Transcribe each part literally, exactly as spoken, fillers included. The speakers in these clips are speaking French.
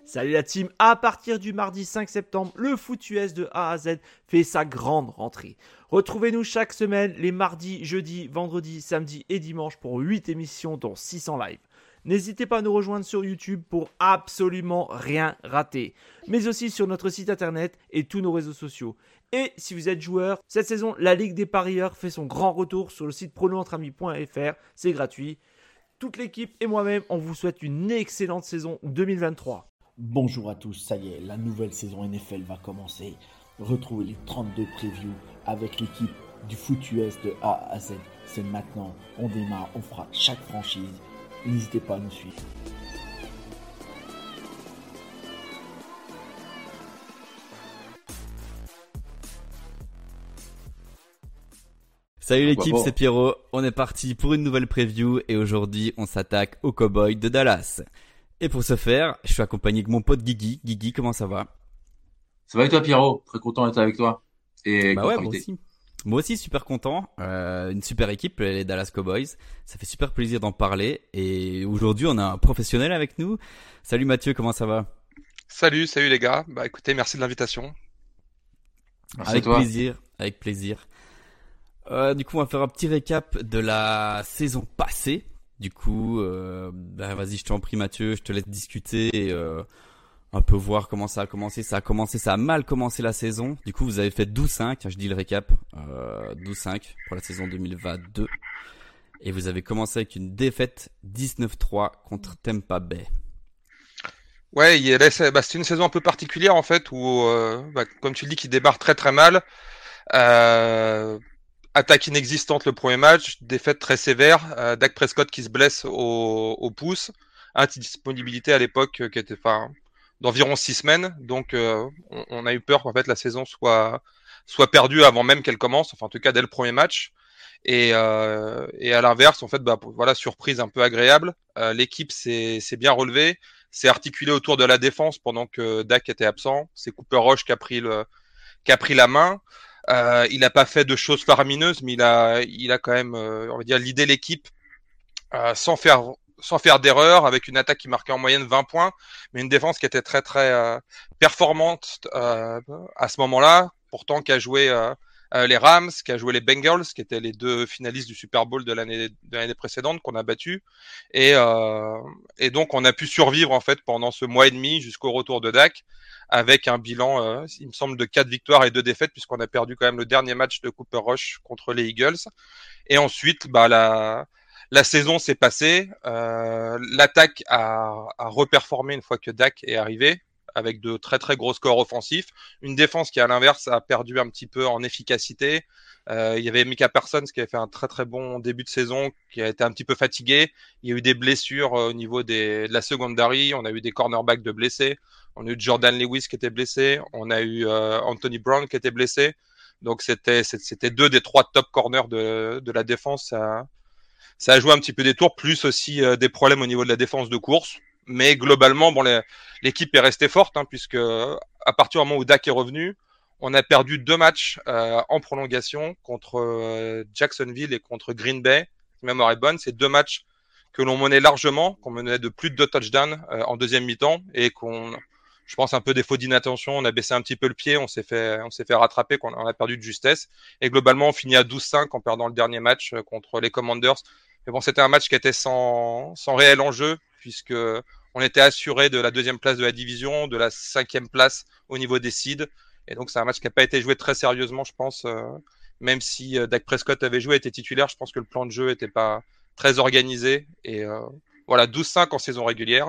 Salut la team, à partir du mardi cinq septembre, le Foot U S de A à Z fait sa grande rentrée. Retrouvez-nous chaque semaine les mardis, jeudis, vendredis, samedis et dimanches pour huit émissions dont six en live. N'hésitez pas à nous rejoindre sur YouTube pour absolument rien rater, mais aussi sur notre site internet et tous nos réseaux sociaux. Et si vous êtes joueur, cette saison, la Ligue des parieurs fait son grand retour sur le site prono entre amis point f r, c'est gratuit. Toute l'équipe et moi-même, on vous souhaite une excellente saison deux mille vingt-trois. Bonjour à tous, ça y est, la nouvelle saison N F L va commencer. Retrouvez les trente-deux previews avec l'équipe du Foot U S de A à Z. C'est maintenant, on démarre, on fera chaque franchise. N'hésitez pas à nous suivre. Salut l'équipe, c'est Pierrot, on est parti pour une nouvelle preview et aujourd'hui on s'attaque aux Cowboys de Dallas. Et pour ce faire, je suis accompagné de mon pote Guigui. Guigui, comment ça va? Ça va et toi Pierrot? Très content d'être avec toi. Et bah ouais, moi aussi. Moi aussi super content, euh, une super équipe les Dallas Cowboys, ça fait super plaisir d'en parler et aujourd'hui on a un professionnel avec nous. Salut Mathieu, comment ça va? Salut, salut les gars, bah écoutez, merci de l'invitation. Merci avec à toi. plaisir, avec plaisir. Euh, du coup on va faire un petit récap de la saison passée. Du coup, euh, bah vas-y, je t'en prie Mathieu, je te laisse discuter et euh, un peu voir comment ça a commencé. Ça a commencé, ça a mal commencé la saison. Du coup, vous avez fait douze cinq, je dis le récap, euh, douze cinq pour la saison deux mille vingt-deux. Et vous avez commencé avec une défaite dix-neuf trois contre Tampa Bay. Ouais, il est, bah, c'est une saison un peu particulière en fait où, euh, bah, comme tu le dis, qui démarre très très mal. Euh, Attaque inexistante le premier match, défaite très sévère, euh, Dak Prescott qui se blesse au, au pouce, indisponibilité à l'époque euh, qui était enfin d'environ six semaines, donc euh, on, on a eu peur qu'en fait la saison soit soit perdue avant même qu'elle commence, enfin en tout cas dès le premier match. Et, euh, et à l'inverse, en fait, bah voilà, surprise un peu agréable. Euh, l'équipe s'est s'est bien relevée, s'est articulée autour de la défense pendant que Dak était absent. C'est Cooper Rush qui a pris le qui a pris la main. Euh, il n'a pas fait de choses faramineuses, mais il a, il a quand même, euh, on va dire, l'idée l'équipe euh, sans faire, sans faire d'erreur, avec une attaque qui marquait en moyenne vingt points, mais une défense qui était très très euh, performante euh, à ce moment-là. Pourtant, qui a joué euh, euh, les Rams, qui a joué les Bengals, qui étaient les deux finalistes du Super Bowl de l'année de l'année précédente qu'on a battu, et euh, et donc on a pu survivre en fait pendant ce mois et demi jusqu'au retour de Dak, avec un bilan, euh, il me semble, de quatre victoires et deux défaites, puisqu'on a perdu quand même le dernier match de Cooper Rush contre les Eagles. Et ensuite, bah la la saison s'est passée, euh, l'attaque a, a reperformé une fois que Dak est arrivé, avec de très très gros scores offensifs. Une défense qui, à l'inverse, a perdu un petit peu en efficacité. Euh, il y avait Micah Parsons qui avait fait un très très bon début de saison, qui a été un petit peu fatigué. Il y a eu des blessures euh, au niveau des, de la secondary. On a eu des cornerbacks de blessés. On a eu Jordan Lewis qui était blessé. On a eu euh, Anthony Brown qui était blessé. Donc c'était c'était deux des trois top corners de, de la défense. Ça, ça a joué un petit peu des tours, plus aussi euh, des problèmes au niveau de la défense de course. Mais globalement, bon, les, l'équipe est restée forte, hein, puisque à partir du moment où Dak est revenu, on a perdu deux matchs euh, en prolongation contre euh, Jacksonville et contre Green Bay. Si ma mémoire est bonne, c'est deux matchs que l'on menait largement, qu'on menait de plus de deux touchdowns euh, en deuxième mi-temps, et qu'on, je pense, un peu défaut d'inattention, on a baissé un petit peu le pied, on s'est fait, on s'est fait rattraper, qu'on on a perdu de justesse. Et globalement, on finit à douze cinq en perdant le dernier match euh, contre les Commanders. Mais bon, c'était un match qui était sans, sans réel enjeu, puisque on était assuré de la deuxième place de la division, de la cinquième place au niveau des seeds. Et donc, c'est un match qui n'a pas été joué très sérieusement, je pense. Euh, même si euh, Dak Prescott avait joué, était titulaire, je pense que le plan de jeu n'était pas très organisé. Et euh, voilà, douze cinq en saison régulière.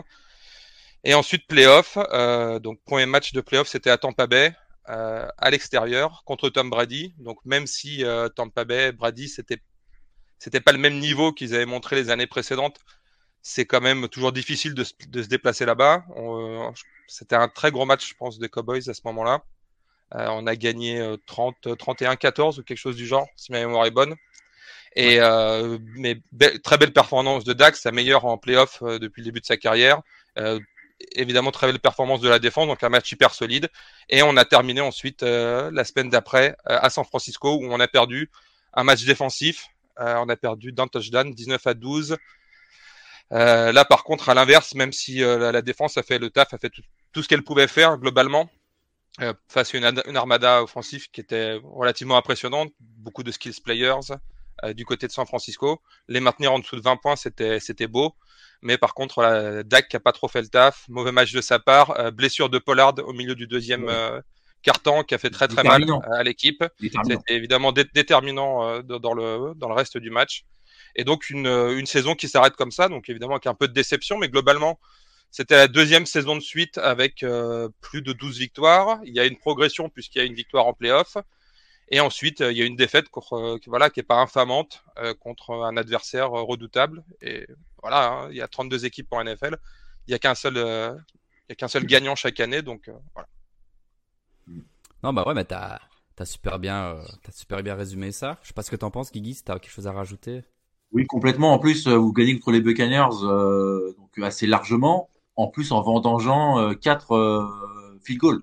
Et ensuite, playoff. Euh, donc, premier match de playoff, c'était à Tampa Bay, euh, à l'extérieur, contre Tom Brady. Donc, même si euh, Tampa Bay, Brady, c'était c'était pas le même niveau qu'ils avaient montré les années précédentes, c'est quand même toujours difficile de, de se déplacer là-bas. On, c'était un très gros match, je pense, des Cowboys à ce moment-là. Euh, on a gagné trente, trente et un quatorze ou quelque chose du genre, si ma mémoire est bonne. Et euh, mais be- très belle performance de Dak, sa meilleure en playoff euh, depuis le début de sa carrière. Euh, évidemment, très belle performance de la défense, donc un match hyper solide. Et on a terminé ensuite euh, la semaine d'après euh, à San Francisco, où on a perdu un match défensif. Euh, on a perdu d'un touchdown, dix-neuf à douze. Euh, là, par contre, à l'inverse, même si euh, la, la défense a fait le taf, a fait tout, tout ce qu'elle pouvait faire globalement, euh, face à une, une armada offensive qui était relativement impressionnante, beaucoup de skills players euh, du côté de San Francisco. Les maintenir en dessous de vingt points, c'était c'était beau. Mais par contre, voilà, Dak qui a pas trop fait le taf, mauvais match de sa part, euh, blessure de Pollard au milieu du deuxième ouais. euh, quart-temps qui a fait très très mal à l'équipe. C'était évidemment dé- déterminant euh, dans le dans le reste du match. Et donc une une saison qui s'arrête comme ça, donc évidemment avec un peu de déception, mais globalement c'était la deuxième saison de suite avec euh, plus de douze victoires. Il y a une progression puisqu'il y a une victoire en play-off. Et ensuite, euh, il y a une défaite contre, euh, voilà, qui est pas infamante euh, contre un adversaire euh, redoutable. Et voilà, hein, il y a trente-deux équipes en N F L. Il y a qu'un seul, euh, il y a qu'un seul gagnant chaque année. Donc euh, voilà. Non, bah ouais, mais t'as, t'as super bien, euh, t'as super bien résumé ça. Je sais pas ce que t'en penses, Guigui, si t'as quelque chose à rajouter. Oui, complètement. En plus, vous gagnez contre les Buccaneers euh, donc assez largement. En plus, en vendangeant euh, quatre euh, field goals.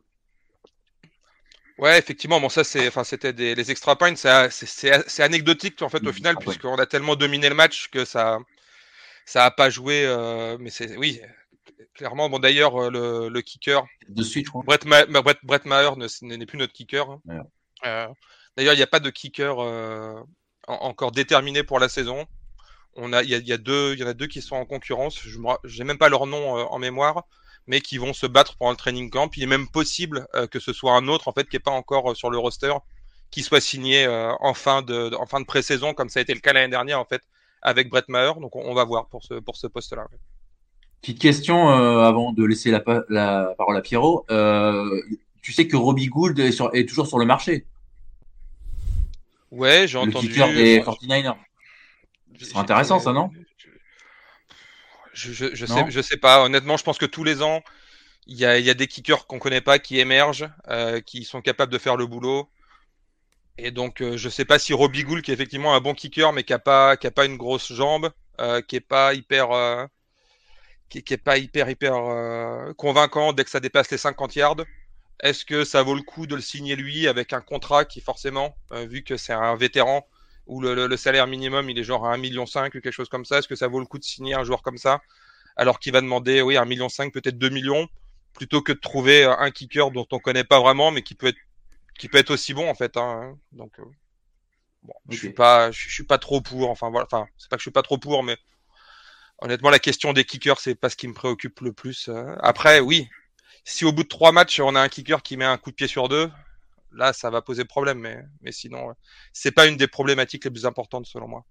Ouais, effectivement. Bon, ça, c'est, enfin, c'était des les extra points. C'est, c'est, c'est, c'est anecdotique en fait oui, au final, puisqu'on a tellement dominé le match que ça, ça a pas joué. Euh, mais c'est, oui, clairement. Bon, d'ailleurs, le, le kicker. De suite, je crois. Brett, Ma- Brett, Brett Maher ne, n'est plus notre kicker. Hein. Ouais. Euh, d'ailleurs, il n'y a pas de kicker euh, en, encore déterminé pour la saison. On a, il y a, il y a deux, il y en a deux qui sont en concurrence. Je j'ai même pas leur nom euh, en mémoire, mais qui vont se battre pendant le training camp. Il est même possible euh, que ce soit un autre en fait qui est pas encore euh, sur le roster, qui soit signé euh, en fin de, en fin de pré-saison, comme ça a été le cas l'année dernière en fait avec Brett Maher. Donc on, on va voir pour ce, pour ce poste-là. Petite question euh, avant de laisser la, la parole à Pierrot. Euh, tu sais que Robbie Gould est, sur, est toujours sur le marché. Ouais, j'ai le entendu. Le kicker des quarante-neuf ers. Ce serait intéressant, ça, non? Je, je, je sais, je sais pas. Honnêtement, je pense que tous les ans, il y a, il y a des kickers qu'on connaît pas qui émergent, euh, qui sont capables de faire le boulot. Et donc, euh, je sais pas si Robbie Gould, qui est effectivement un bon kicker, mais qui a pas, qui a pas une grosse jambe, euh, qui est pas hyper, euh, qui, qui est pas hyper, hyper euh, convaincant dès que ça dépasse les cinquante yards. Est-ce que ça vaut le coup de le signer lui avec un contrat qui forcément, euh, vu que c'est un vétéran, où le, le, le salaire minimum il est genre à un virgule cinq million ou quelque chose comme ça, est-ce que ça vaut le coup de signer un joueur comme ça alors qu'il va demander oui un virgule cinq million, peut-être deux millions, plutôt que de trouver un kicker dont on connaît pas vraiment mais qui peut être qui peut être aussi bon en fait hein. Donc euh, bon, okay. je suis pas je, je suis pas trop pour, enfin voilà, enfin c'est pas que je suis pas trop pour, mais honnêtement la question des kickers c'est pas ce qui me préoccupe le plus. Après oui, si au bout de trois matchs on a un kicker qui met un coup de pied sur deux, là, ça va poser problème, mais, mais sinon, ouais. C'est pas une des problématiques les plus importantes selon moi.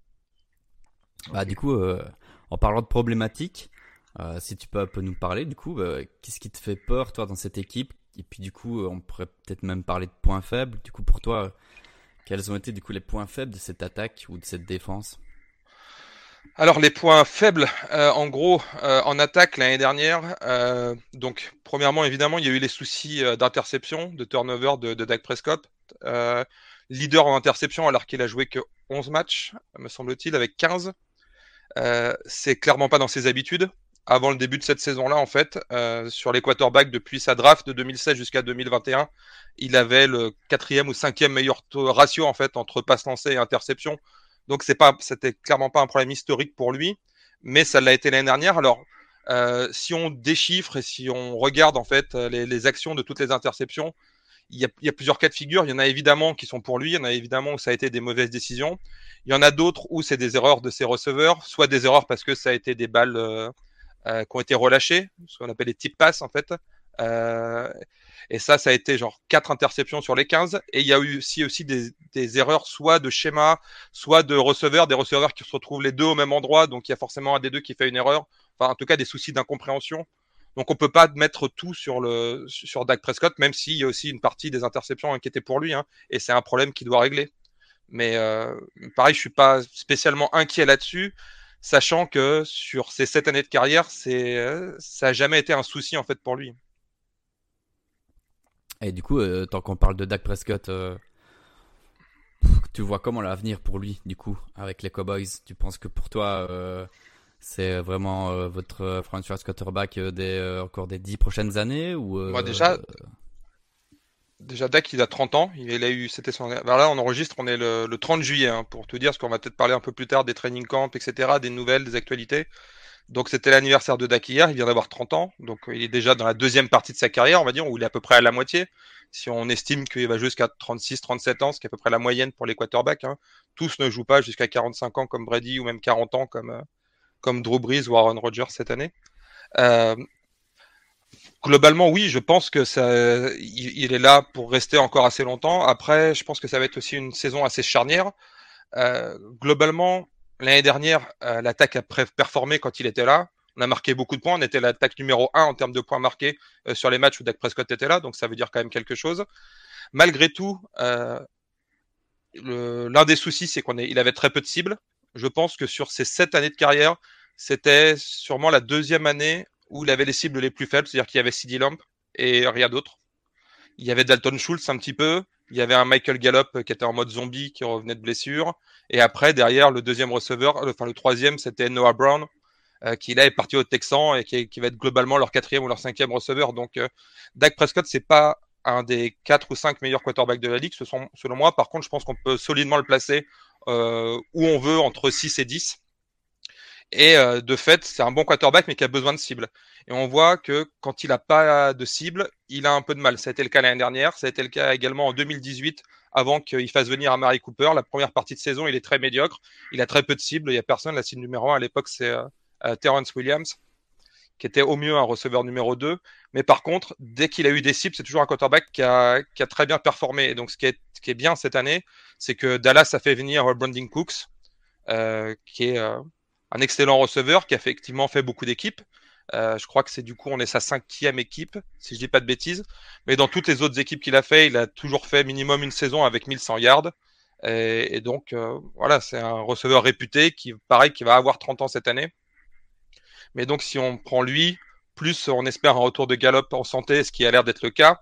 Bah, du coup, euh, en parlant de problématiques, euh, si tu peux un peu nous parler, du coup, bah, qu'est-ce qui te fait peur, toi, dans cette équipe? Et puis, du coup, on pourrait peut-être même parler de points faibles. Du coup, pour toi, quels ont été, du coup, les points faibles de cette attaque ou de cette défense? Alors les points faibles, euh, en gros, euh, en attaque l'année dernière, euh, donc premièrement évidemment il y a eu les soucis euh, d'interception, de turnover de, de Dak Prescott, euh, leader en interception alors qu'il a joué que onze matchs, me semble-t-il, avec quinze. Euh, c'est clairement pas dans ses habitudes. Avant le début de cette saison-là, en fait, euh, sur les quarterbacks depuis sa draft de deux mille seize jusqu'à deux mille vingt et un, il avait le quatrième ou cinquième meilleur ratio en fait entre passes lancées et interception. Donc c'est pas, c'était clairement pas un problème historique pour lui, mais ça l'a été l'année dernière. Alors euh, si on déchiffre et si on regarde en fait les, les actions de toutes les interceptions, il y, a, il y a plusieurs cas de figure. Il y en a évidemment qui sont pour lui, il y en a évidemment où ça a été des mauvaises décisions. Il y en a d'autres où c'est des erreurs de ses receveurs, soit des erreurs parce que ça a été des balles euh, euh, qui ont été relâchées, ce qu'on appelle les tip passes en fait. Euh, et ça, ça a été genre quatre interceptions sur les quinze. Et il y a eu aussi, aussi des, des erreurs soit de schéma, soit de receveurs, des receveurs qui se retrouvent les deux au même endroit. Donc il y a forcément un des deux qui fait une erreur. Enfin, en tout cas, des soucis d'incompréhension. Donc on peut pas mettre tout sur le sur Dak Prescott, même s'il y a aussi une partie des interceptions inquiétées pour lui, hein, et c'est un problème qu'il doit régler. Mais euh, pareil, je suis pas spécialement inquiet là-dessus, sachant que sur ces sept années de carrière, c'est euh, ça a jamais été un souci en fait pour lui. Et du coup, euh, tant qu'on parle de Dak Prescott, euh, tu vois comment l'avenir pour lui, du coup, avec les Cowboys? Tu penses que pour toi, euh, c'est vraiment euh, votre franchise quarterback des, euh, encore des dix prochaines années ou euh, Moi déjà, euh... déjà Dak il a trente ans, il a eu, c'était son, ben là on enregistre, on est le, le trente juillet, hein, pour te dire, parce qu'on va peut-être parler un peu plus tard des training camps, et cetera, des nouvelles, des actualités. Donc c'était l'anniversaire de Dak hier, il vient d'avoir trente ans, donc il est déjà dans la deuxième partie de sa carrière, on va dire, où il est à peu près à la moitié. Si on estime qu'il va jusqu'à trente-six trente-sept ans, ce qui est à peu près la moyenne pour les quarterbacks, hein. Tous ne jouent pas jusqu'à quarante-cinq ans comme Brady ou même quarante ans comme, euh, comme Drew Brees ou Aaron Rodgers cette année. Euh, globalement, oui, je pense que ça, il, il est là pour rester encore assez longtemps. Après, je pense que ça va être aussi une saison assez charnière. Euh, globalement, l'année dernière, euh, l'attaque a pré- performé quand il était là. On a marqué beaucoup de points. On était l'attaque numéro un en termes de points marqués euh, sur les matchs où Dak Prescott était là. Donc ça veut dire quand même quelque chose. Malgré tout, euh, le, l'un des soucis, c'est qu'on est, il avait très peu de cibles. Je pense que sur ces sept années de carrière, c'était sûrement la deuxième année où il avait les cibles les plus faibles. C'est-à-dire qu'il y avait CeeDee Lamb et rien d'autre. Il y avait Dalton Schultz un petit peu. Il y avait un Michael Gallup qui était en mode zombie, qui revenait de blessure. Et après, derrière, le deuxième receveur, enfin le troisième, c'était Noah Brown, euh, qui là est parti au Texan et qui, qui va être globalement leur quatrième ou leur cinquième receveur. Donc, euh, Dak Prescott, c'est pas un des quatre ou cinq meilleurs quarterbacks de la ligue, ce sont, selon moi. Par contre, je pense qu'on peut solidement le placer euh, où on veut, entre six et dix. Et euh, de fait, c'est un bon quarterback, mais qui a besoin de cible. Et on voit que quand il n'a pas de cible, il a un peu de mal. Ça a été le cas l'année dernière, ça a été le cas également en deux mille dix-huit, avant qu'il fasse venir Amari Cooper. La première partie de saison, il est très médiocre. Il a très peu de cible. Il n'y a personne. La cible numéro un à l'époque, c'est euh, Terrence Williams, qui était au mieux un receveur numéro deux. Mais par contre, dès qu'il a eu des cibles, c'est toujours un quarterback qui a, qui a très bien performé. Et donc, ce qui est, ce qui est bien cette année, c'est que Dallas a fait venir Brandon Cooks, euh, qui est... Euh, un excellent receveur qui a effectivement fait beaucoup d'équipes. Euh, je crois que c'est du coup, on est sa cinquième équipe, si je dis pas de bêtises. Mais dans toutes les autres équipes qu'il a fait, il a toujours fait minimum une saison avec mille cent yards. Et, et donc, euh, voilà, c'est un receveur réputé qui, pareil, qui va avoir trente ans cette année. Mais donc, si on prend lui, plus on espère un retour de Gallup en santé, ce qui a l'air d'être le cas,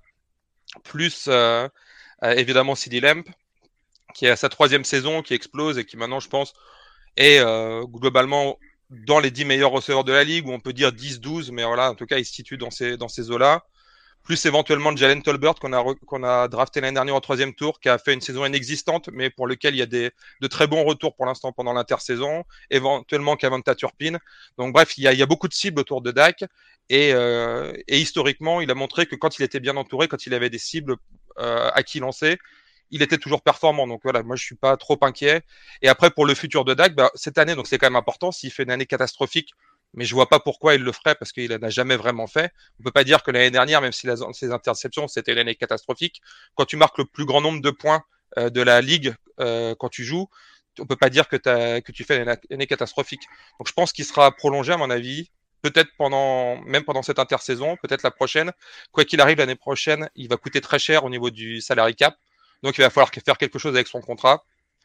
plus euh, euh, évidemment CeeDee Lamb, qui est à sa troisième saison, qui explose et qui maintenant, je pense, et euh, globalement dans les dix meilleurs receveurs de la ligue, où on peut dire dix douze, mais voilà, en tout cas, il se situe dans ces, dans ces eaux-là. Plus éventuellement Jalen Tolbert, qu'on a, re, qu'on a drafté l'année dernière au troisième tour, qui a fait une saison inexistante, mais pour lequel il y a des, de très bons retours pour l'instant pendant l'intersaison. Éventuellement Kavonta Turpin. Donc bref, il y a, il y a beaucoup de cibles autour de Dak. Et, euh, et historiquement, il a montré que quand il était bien entouré, quand il avait des cibles euh, à qui lancer, il était toujours performant. Donc voilà, moi je suis pas trop inquiet. Et après pour le futur de Dak, bah, cette année, donc c'est quand même important. S'il fait une année catastrophique, mais je vois pas pourquoi il le ferait parce qu'il n'a jamais vraiment fait. On peut pas dire que l'année dernière, même si la, ses interceptions c'était une année catastrophique, quand tu marques le plus grand nombre de points euh, de la ligue euh, quand tu joues, on peut pas dire que, t'as, que tu fais une année catastrophique. Donc je pense qu'il sera prolongé à mon avis. Peut-être pendant, même pendant cette intersaison, peut-être la prochaine. Quoi qu'il arrive, l'année prochaine, il va coûter très cher au niveau du salary cap. Donc il va falloir faire quelque chose avec son contrat.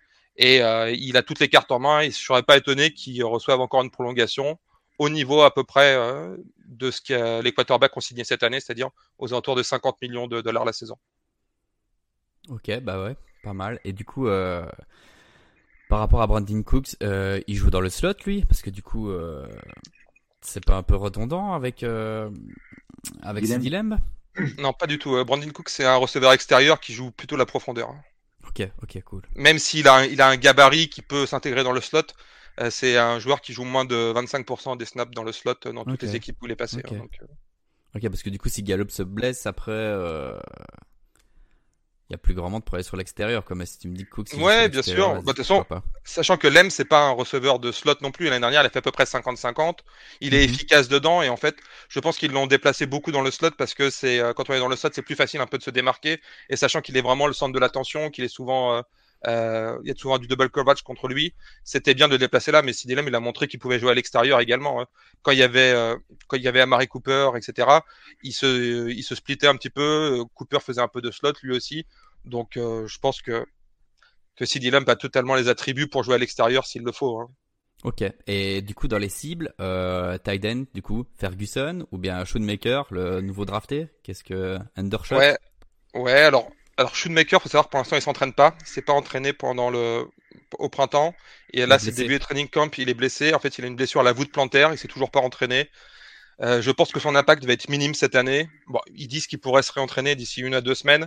Et euh, il a toutes les cartes en main. Et je ne serais pas étonné qu'il reçoive encore une prolongation au niveau à peu près euh, de ce que les quarterbacks ont signé cette année, c'est-à-dire aux alentours de cinquante millions de dollars la saison. Ok, bah ouais, pas mal. Et du coup, euh, par rapport à Brandon Cooks, euh, il joue dans le slot lui, parce que du coup, euh, c'est pas un peu redondant avec euh, avec CeeDee Lamb? Non, pas du tout. Euh, Brandon Cooks, c'est un receveur extérieur qui joue plutôt la profondeur. Ok, ok, cool. Même s'il a, il a un gabarit qui peut s'intégrer dans le slot, euh, c'est un joueur qui joue moins de vingt-cinq pour cent des snaps dans le slot dans toutes okay. les équipes où il est passé. Okay. Hein, donc, euh... Ok, parce que du coup, si Gallup se blesse après, euh... il y a plus grand monde pour aller sur l'extérieur, comme si tu me dis que Cook. Si ouais, bien sûr. Bah, de toute façon, sachant que Lem, c'est pas un receveur de slot non plus. L'année dernière, il a fait à peu près cinquante cinquante. Il est mm-hmm. efficace dedans et en fait, je pense qu'ils l'ont déplacé beaucoup dans le slot parce que c'est quand on est dans le slot, c'est plus facile un peu de se démarquer. Et sachant qu'il est vraiment le centre de l'attention, qu'il est souvent, euh, euh, il y a souvent du double coverage contre lui. C'était bien de le déplacer là, mais CeeDee Lamb, il a montré qu'il pouvait jouer à l'extérieur également. Hein. Quand il y avait, euh, quand il y avait Amari Cooper, et cetera. Il se, il se splittait un petit peu. Cooper faisait un peu de slot lui aussi. Donc, euh, je pense que, que CeeDee Lamb a totalement les attributs pour jouer à l'extérieur s'il le faut. Hein. Ok. Et du coup, dans les cibles, euh, tight end, du coup, Ferguson ou bien Schoonmaker, le nouveau drafté? Qu'est-ce que Undershot? Ouais, ouais. Alors, alors Schoonmaker, faut savoir pour l'instant, il s'entraîne pas. Il s'est pas entraîné pendant le au printemps. Et là, c'est le début de training camp. Il est blessé. En fait, il a une blessure à la voûte plantaire. Il s'est toujours pas entraîné. Euh, je pense que son impact va être minime cette année. Bon, ils disent qu'il pourrait se réentraîner d'ici une à deux semaines.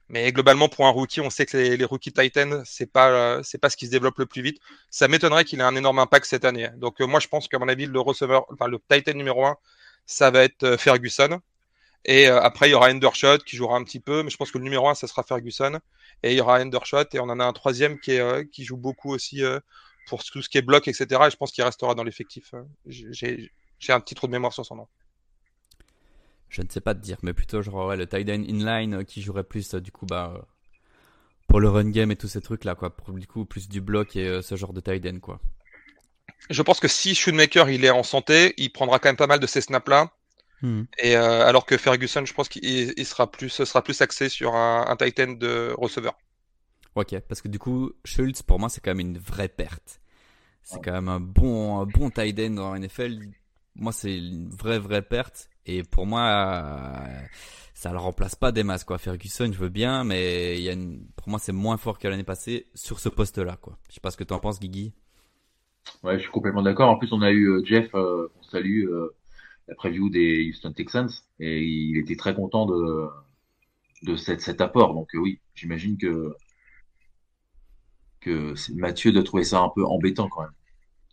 Mais globalement, pour un rookie, on sait que les, les rookies Titans, c'est pas, euh, c'est pas ce qui se développe le plus vite. Ça m'étonnerait qu'il ait un énorme impact cette année. Donc, euh, moi, je pense qu'à mon avis, le receveur, enfin, le Titan numéro un, ça va être euh, Ferguson. Et euh, après, il y aura Hendershot qui jouera un petit peu, mais je pense que le numéro un, ça sera Ferguson. Et il y aura Hendershot, et on en a un troisième qui, est, euh, qui joue beaucoup aussi euh, pour tout ce qui est bloc, et cetera. Et je pense qu'il restera dans l'effectif. J'ai, j'ai un petit trou de mémoire sur son nom. Je ne sais pas te dire, mais plutôt genre ouais, le tight end inline euh, qui jouerait plus euh, du coup bah euh, pour le run game et tous ces trucs là quoi, pour du coup plus du bloc et euh, ce genre de tight end quoi. Je pense que si Schoonmaker il est en santé, il prendra quand même pas mal de ces snaps là. Hmm. Et euh, alors que Ferguson, je pense qu'il il sera plus, sera plus axé sur un, un tight end de receveur. Ok, parce que du coup Schultz pour moi c'est quand même une vraie perte. C'est quand même un bon un bon tight end en N F L. Moi c'est une vraie vraie perte. Et pour moi, euh, ça le remplace pas des masses quoi. Ferguson, je veux bien, mais il y a une... pour moi, c'est moins fort que l'année passée sur ce poste-là quoi. Je sais pas ce que tu en penses, Guigui. Ouais, je suis complètement d'accord. En plus, on a eu euh, Jeff, euh, on salue euh, la preview des Houston Texans, et il était très content de de cette, cet apport. Donc euh, oui, j'imagine que que c'est- Mathieu doit trouver ça un peu embêtant quand même.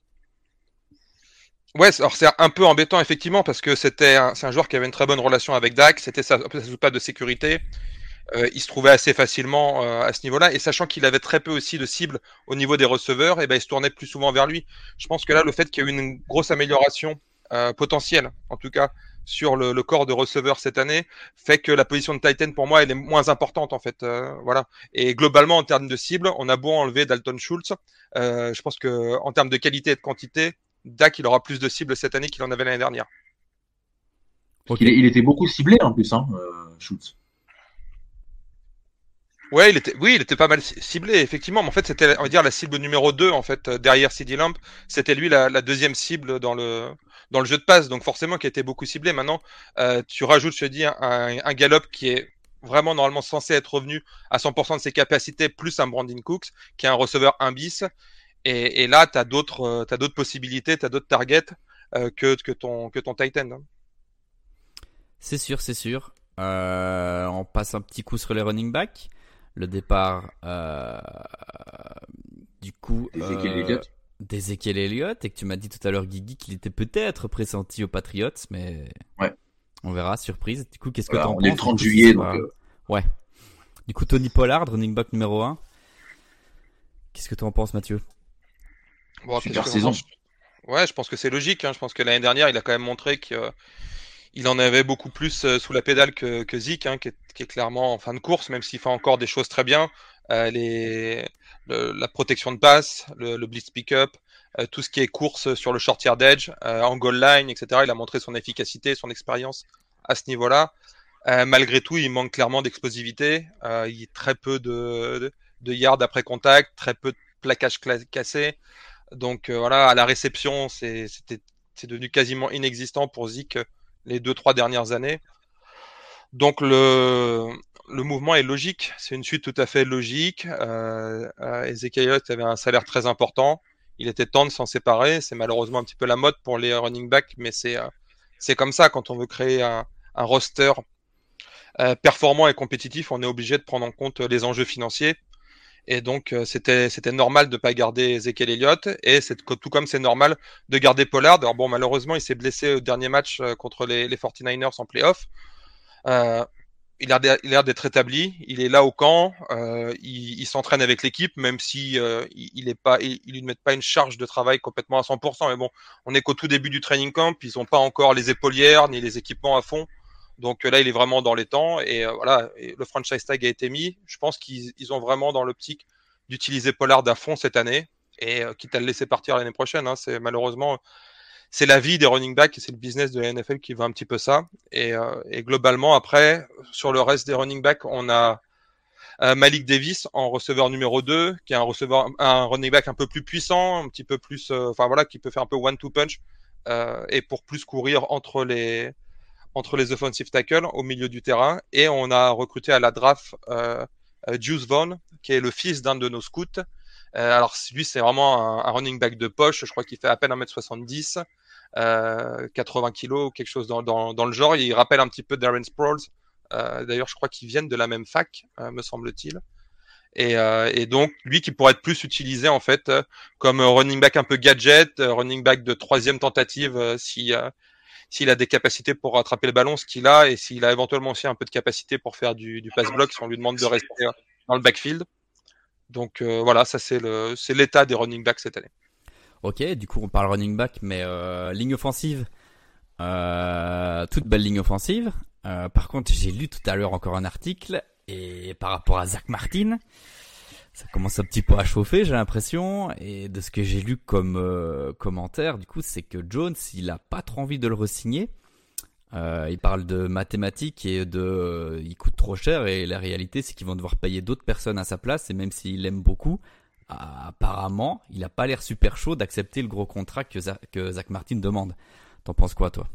Ouais, alors c'est un peu embêtant effectivement parce que c'était un, c'est un joueur qui avait une très bonne relation avec Dak, c'était sa, sa pas de sécurité, euh, il se trouvait assez facilement euh, à ce niveau-là et sachant qu'il avait très peu aussi de cibles au niveau des receveurs, et ben il se tournait plus souvent vers lui. Je pense que là le fait qu'il y ait eu une grosse amélioration euh, potentielle, en tout cas sur le, le corps de receveur cette année, fait que la position de Titan pour moi elle est moins importante en fait, euh, voilà. Et globalement en termes de cibles, on a beau enlever Dalton Schultz, euh, je pense que en termes de qualité et de quantité, Dak, il aura plus de cibles cette année qu'il en avait l'année dernière. Ok. Il, est- il était beaucoup ciblé en plus, hein, euh, Schultz. Ouais, il était, oui, il était pas mal ciblé, effectivement. Mais en fait, c'était, on va dire, la cible numéro deux, en fait, euh, derrière C D Lamb. C'était lui la, la deuxième cible dans le, dans le jeu de passe. Donc, forcément, qui a été beaucoup ciblé. Maintenant, euh, tu rajoutes, je te dis, un, un Gallup qui est vraiment normalement censé être revenu à cent pour cent de ses capacités, plus un Brandon Cooks, qui est un receveur un bis. Et, et là, t'as d'autres, euh, t'as d'autres possibilités, t'as d'autres targets, euh, que, que ton, que ton Titan. Hein. C'est sûr, c'est sûr. Euh, on passe un petit coup sur les running backs. Le départ, euh, du coup, Ezekiel euh, Elliott. d'Ezekiel Elliott, et que tu m'as dit tout à l'heure, Guigui, qu'il était peut-être pressenti aux Patriots, mais Ouais. on verra, surprise. Du coup, qu'est-ce que Voilà, t'en on penses? est le trente Du coup, juillet, ce sera- donc. euh, Ouais. Du coup, Tony Pollard, running back numéro un. Qu'est-ce que t'en penses, Mathieu? Bon, Super qu'est-ce que j'en saison. pense Ouais, je pense que c'est logique. Hein. Je pense que l'année dernière, il a quand même montré que. euh, Il en avait beaucoup plus euh, sous la pédale que, que Zeke, hein, qui, est, qui est clairement en fin de course, même s'il fait encore des choses très bien. Euh, les, le- la protection de passe, le, le blitz pick-up, euh, tout ce qui est course sur le short yardage, euh, en goal line, et cetera. Il a montré son efficacité, son expérience à ce niveau-là. Euh, malgré tout, il manque clairement d'explosivité. Euh, il y a très peu de, de, de yards après contact, très peu de plaquages cla- cassés. Donc euh, voilà, à la réception, c'est, c'était, c'est devenu quasiment inexistant pour Zeke les deux trois dernières années. Donc le le mouvement est logique, c'est une suite tout à fait logique. Euh, euh, Ezekiel Elliott avait un salaire très important, il était temps de s'en séparer. C'est malheureusement un petit peu la mode pour les running backs, mais c'est euh, c'est comme ça quand on veut créer un, un roster euh, performant et compétitif, on est obligé de prendre en compte les enjeux financiers. Et donc, euh, c'était, c'était normal de pas garder Ezekiel Elliott. Et c'est, tout comme c'est normal de garder Pollard. Alors bon, malheureusement, il s'est blessé au dernier match euh, contre les, les forty-niners en playoff. Euh, il a, il a l'air d'être établi. Il est là au camp. Euh, il, il s'entraîne avec l'équipe, même si euh, il, il est pas, il, il lui met pas une charge de travail complètement à cent pour cent. Mais bon, on est qu'au tout début du training camp. Ils ont pas encore les épaulières ni les équipements à fond. Donc là, il est vraiment dans les temps et euh, voilà, et le franchise tag a été mis. Je pense qu'ils ils ont vraiment dans l'optique d'utiliser Pollard à fond cette année et euh, quitte à le laisser partir l'année prochaine. Hein, c'est malheureusement c'est la vie des running backs et c'est le business de la N F L qui veut un petit peu ça. Et, euh, et globalement après, sur le reste des running backs, on a euh, Malik Davis en receveur numéro deux, qui est un receveur, un running back un peu plus puissant, un petit peu plus, euh, enfin voilà, qui peut faire un peu one-two punch euh, et pour plus courir entre les entre les offensive tackles au milieu du terrain. Et on a recruté à la draft euh, euh, Juice Vaughn, qui est le fils d'un de nos scouts. Euh, alors lui, c'est vraiment un, un running back de poche. Je crois qu'il fait à peine un mètre soixante-dix, euh, quatre-vingts kilos, quelque chose dans, dans, dans le genre. Il rappelle un petit peu Darren Sproles Euh, d'ailleurs, je crois qu'ils viennent de la même fac, euh, me semble-t-il. Et, euh, et donc, lui qui pourrait être plus utilisé en fait euh, comme running back un peu gadget, euh, running back de troisième tentative euh, si euh, s'il a des capacités pour rattraper le ballon, ce qu'il a, et s'il a éventuellement aussi un peu de capacité pour faire du, du pass-block si on lui demande de rester dans le backfield. Donc euh, voilà, ça c'est le c'est l'état des running backs cette année. Ok, du coup on parle running back, mais euh, ligne offensive, euh, toute belle ligne offensive. Euh, par contre, j'ai lu tout à l'heure encore un article, et par rapport à Zach Martin, ça commence un petit peu à chauffer, j'ai l'impression. Et de ce que j'ai lu comme euh, commentaire, du coup, c'est que Jones, il a pas trop envie de le re-signer. Euh, il parle de mathématiques et de, euh, il coûte trop cher, et la réalité, c'est qu'ils vont devoir payer d'autres personnes à sa place. Et même s'il l'aime beaucoup, euh, apparemment, il a pas l'air super chaud d'accepter le gros contrat que Zach, que Zach Martin demande. T'en penses quoi, toi?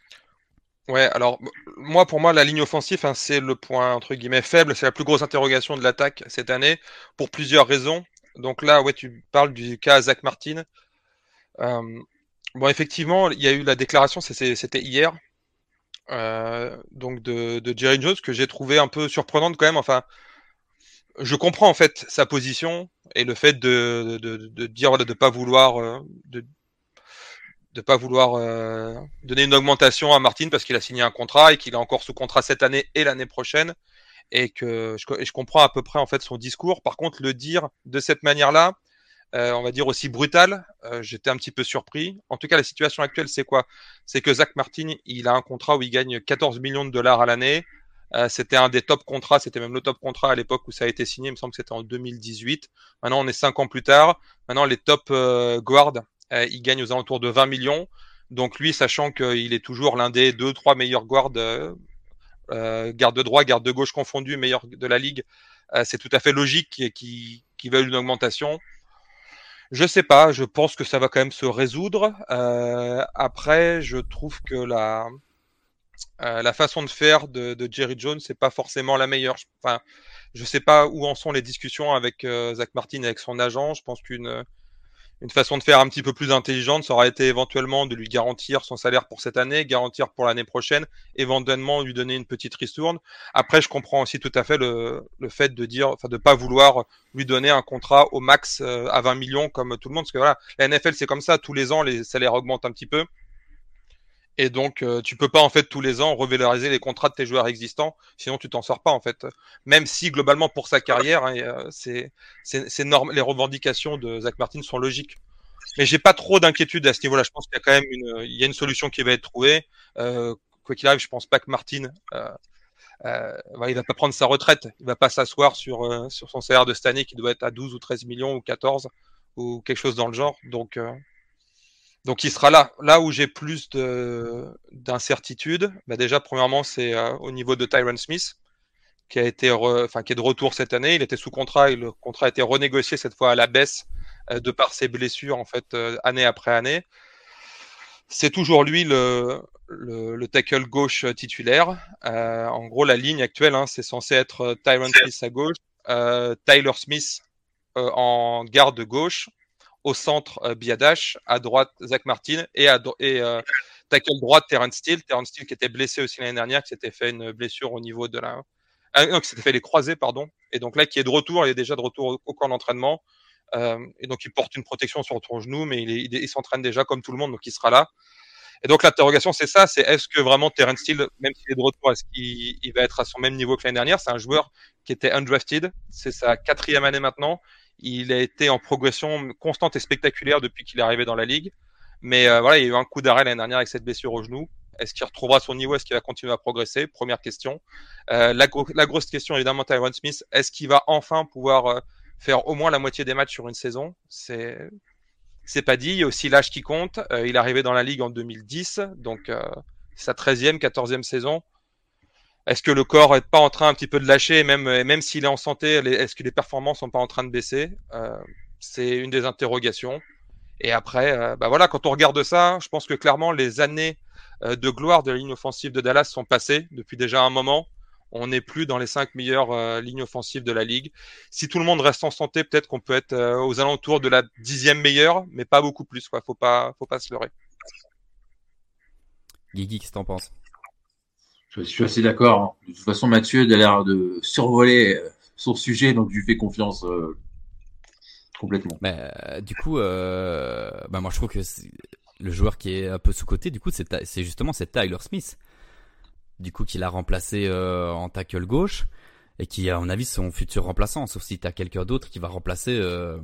Ouais, alors moi pour moi la ligne offensive hein, c'est le point entre guillemets faible, c'est la plus grosse interrogation de l'attaque cette année pour plusieurs raisons. Donc là ouais tu parles du cas Zach Martin. Euh, bon effectivement il y a eu la déclaration, c'est- c'était hier, euh, donc de, de Jerry Jones que j'ai trouvé un peu surprenante quand même. Enfin je comprends en fait sa position et le fait de, de, de, de dire voilà, de pas vouloir euh, de de pas vouloir euh, donner une augmentation à Martin parce qu'il a signé un contrat et qu'il est encore sous contrat cette année et l'année prochaine, et que je, et je comprends à peu près en fait son discours. Par contre, le dire de cette manière-là, euh, on va dire aussi brutal, euh, j'étais un petit peu surpris. En tout cas, la situation actuelle, c'est quoi? C'est que Zach Martin, il a un contrat où il gagne quatorze millions de dollars à l'année. Euh, c'était un des top contrats, c'était même le top contrat à l'époque où ça a été signé, il me semble que c'était en deux mille dix-huit. Maintenant, on est cinq ans plus tard. Maintenant, les top euh, guards, euh, ils gagnent aux alentours de vingt millions. Donc lui, sachant qu'il est toujours l'un des deux, trois meilleurs guards, euh, euh, garde droit, garde de gauche confondus, meilleur de la ligue, euh, c'est tout à fait logique qu'il qu qu veuille une augmentation. Je sais pas, je pense que ça va quand même se résoudre. Euh, après, je trouve que la, euh, la façon de faire de, de Jerry Jones, c'est pas forcément la meilleure. Enfin, je sais pas où en sont les discussions avec euh, Zach Martin et avec son agent. Je pense qu'une une façon de faire un petit peu plus intelligente, ça aurait été éventuellement de lui garantir son salaire pour cette année, garantir pour l'année prochaine, éventuellement lui donner une petite ristourne. Après, je comprends aussi tout à fait le, le fait de dire, enfin, de pas vouloir lui donner un contrat au max euh, à vingt millions comme tout le monde, parce que voilà, la N F L c'est comme ça, tous les ans les salaires augmentent un petit peu. Et donc, euh, tu peux pas en fait tous les ans revaloriser les contrats de tes joueurs existants, sinon tu t'en sors pas en fait. Même si globalement pour sa carrière, hein, euh, c'est c'est c'est norm- les revendications de Zach Martin sont logiques. Mais j'ai pas trop d'inquiétude à ce niveau-là. Je pense qu'il y a quand même une, il y a une solution qui va être trouvée. Euh, quoi qu'il arrive, je pense pas que Martin, euh, euh, va- il va pas prendre sa retraite. Il va pas s'asseoir sur euh, sur son salaire de cette année qui doit être à douze ou treize millions ou quatorze ou quelque chose dans le genre. Donc euh, donc il sera là. Là où j'ai plus de d'incertitude, bah déjà premièrement c'est euh, au niveau de Tyron Smith qui a été, re... enfin qui est de retour cette année. Il était sous contrat et le contrat a été renégocié cette fois à la baisse euh, de par ses blessures en fait euh, année après année. C'est toujours lui le le, le tackle gauche titulaire. Euh, en gros la ligne actuelle, hein, c'est censé être Tyron Smith à gauche, euh, Tyler Smith euh, en garde gauche. Au centre, euh, Biadash, à droite, Zach Martin, et, à, et euh, tackle droite, Terrence Steele. Terrence Steele qui était blessé aussi l'année dernière, qui s'était fait une blessure au niveau de la... Ah, non, qui s'était fait les croisés, pardon. Et donc là, qui est de retour, il est déjà de retour au, au camp d'entraînement. Euh, et donc, il porte une protection sur son genou, mais il, est, il, est, il s'entraîne déjà comme tout le monde, donc il sera là. Et donc, l'interrogation, c'est ça, c'est est-ce que vraiment Terrence Steele, même s'il est de retour, est-ce qu'il il va être à son même niveau que l'année dernière? C'est un joueur qui était undrafted. C'est sa quatrième année maintenant. Il a été en progression constante et spectaculaire depuis qu'il est arrivé dans la ligue. Mais euh, voilà, il y a eu un coup d'arrêt l'année dernière avec cette blessure au genou. Est-ce qu'il retrouvera son niveau? Est-ce qu'il va continuer à progresser? Première question. Euh, la, gro- la grosse question, évidemment, Tyron Smith. Est-ce qu'il va enfin pouvoir euh, faire au moins la moitié des matchs sur une saison? C'est c'est pas dit. Il y a aussi l'âge qui compte. Euh, il est arrivé dans la ligue en deux mille dix, donc euh, sa treizième, quatorzième saison. Est-ce que le corps est pas en train un petit peu de lâcher, et même, et même s'il est en santé, les, est-ce que les performances sont pas en train de baisser? euh, C'est une des interrogations. Et après, euh, bah voilà, quand on regarde ça, je pense que clairement les années euh, de gloire de la ligne offensive de Dallas sont passées depuis déjà un moment. On n'est plus dans les cinq meilleures euh, lignes offensives de la ligue. Si tout le monde reste en santé, peut-être qu'on peut être euh, aux alentours de la dixième meilleure, mais pas beaucoup plus, quoi. Faut pas, faut pas se leurrer. Guigui, qu'est-ce que t'en penses? Je suis assez d'accord. Hein. De toute façon, Mathieu a l'air de survoler euh, son sujet, donc je lui fais confiance euh, complètement. Mais euh, du coup, euh, bah moi je trouve que c'est- le joueur qui est un peu sous-coté, du coup, c'est Ta- c'est justement c'est Tyler Smith. Du coup, qu'il a remplacé euh, en tackle gauche et qui, à mon avis, son futur remplaçant. Sauf si t'as quelqu'un d'autre qui va remplacer. Euh,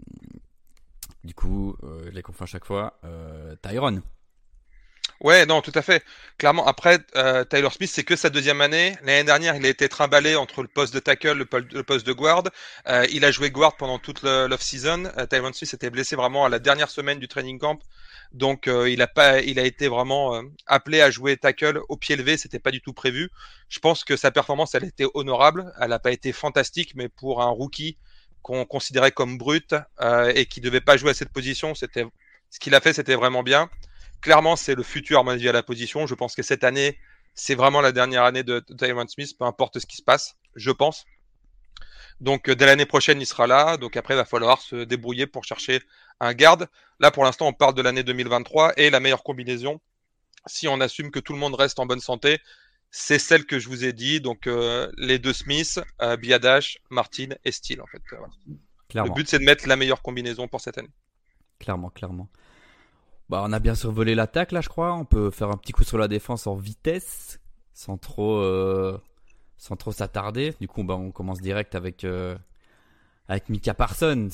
du coup, euh, je les confonds à chaque fois. Euh, Tyron. Ouais, non, tout à fait. Clairement, après, euh, Tyler Smith, c'est que sa deuxième année. L'année dernière, il a été trimballé entre le poste de tackle, le, pol- le poste de guard. Euh, il a joué guard pendant toute le- l'off-season. Euh, Tyron Smith était blessé vraiment à la dernière semaine du training camp. Donc, euh, il a pas, il a été vraiment euh, appelé à jouer tackle au pied levé. C'était pas du tout prévu. Je pense que sa performance, elle était honorable. Elle n'a pas été fantastique, mais pour un rookie qu'on considérait comme brut euh, et qui devait pas jouer à cette position, c'était ce qu'il a fait, c'était vraiment bien. Clairement, c'est le futur, à mon avis, à la position. Je pense que cette année, c'est vraiment la dernière année de, de Tyron Smith, peu importe ce qui se passe, je pense. Donc, euh, dès l'année prochaine, il sera là. Donc, après, il va falloir se débrouiller pour chercher un garde. Là, pour l'instant, on parle de l'année deux mille vingt-trois et la meilleure combinaison, si on assume que tout le monde reste en bonne santé, c'est celle que je vous ai dit. Donc, euh, les deux Smith, euh, Biadash, Martin et Steele, en fait. Euh, voilà. Le Clairement. but, c'est de mettre la meilleure combinaison pour cette année. Clairement, clairement. Bah, on a bien survolé l'attaque là, je crois. On peut faire un petit coup sur la défense en vitesse, sans trop, euh, sans trop s'attarder. Du coup, bah, on commence direct avec euh, avec Micah Parsons.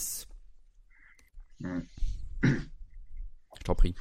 Mm. Je t'en prie.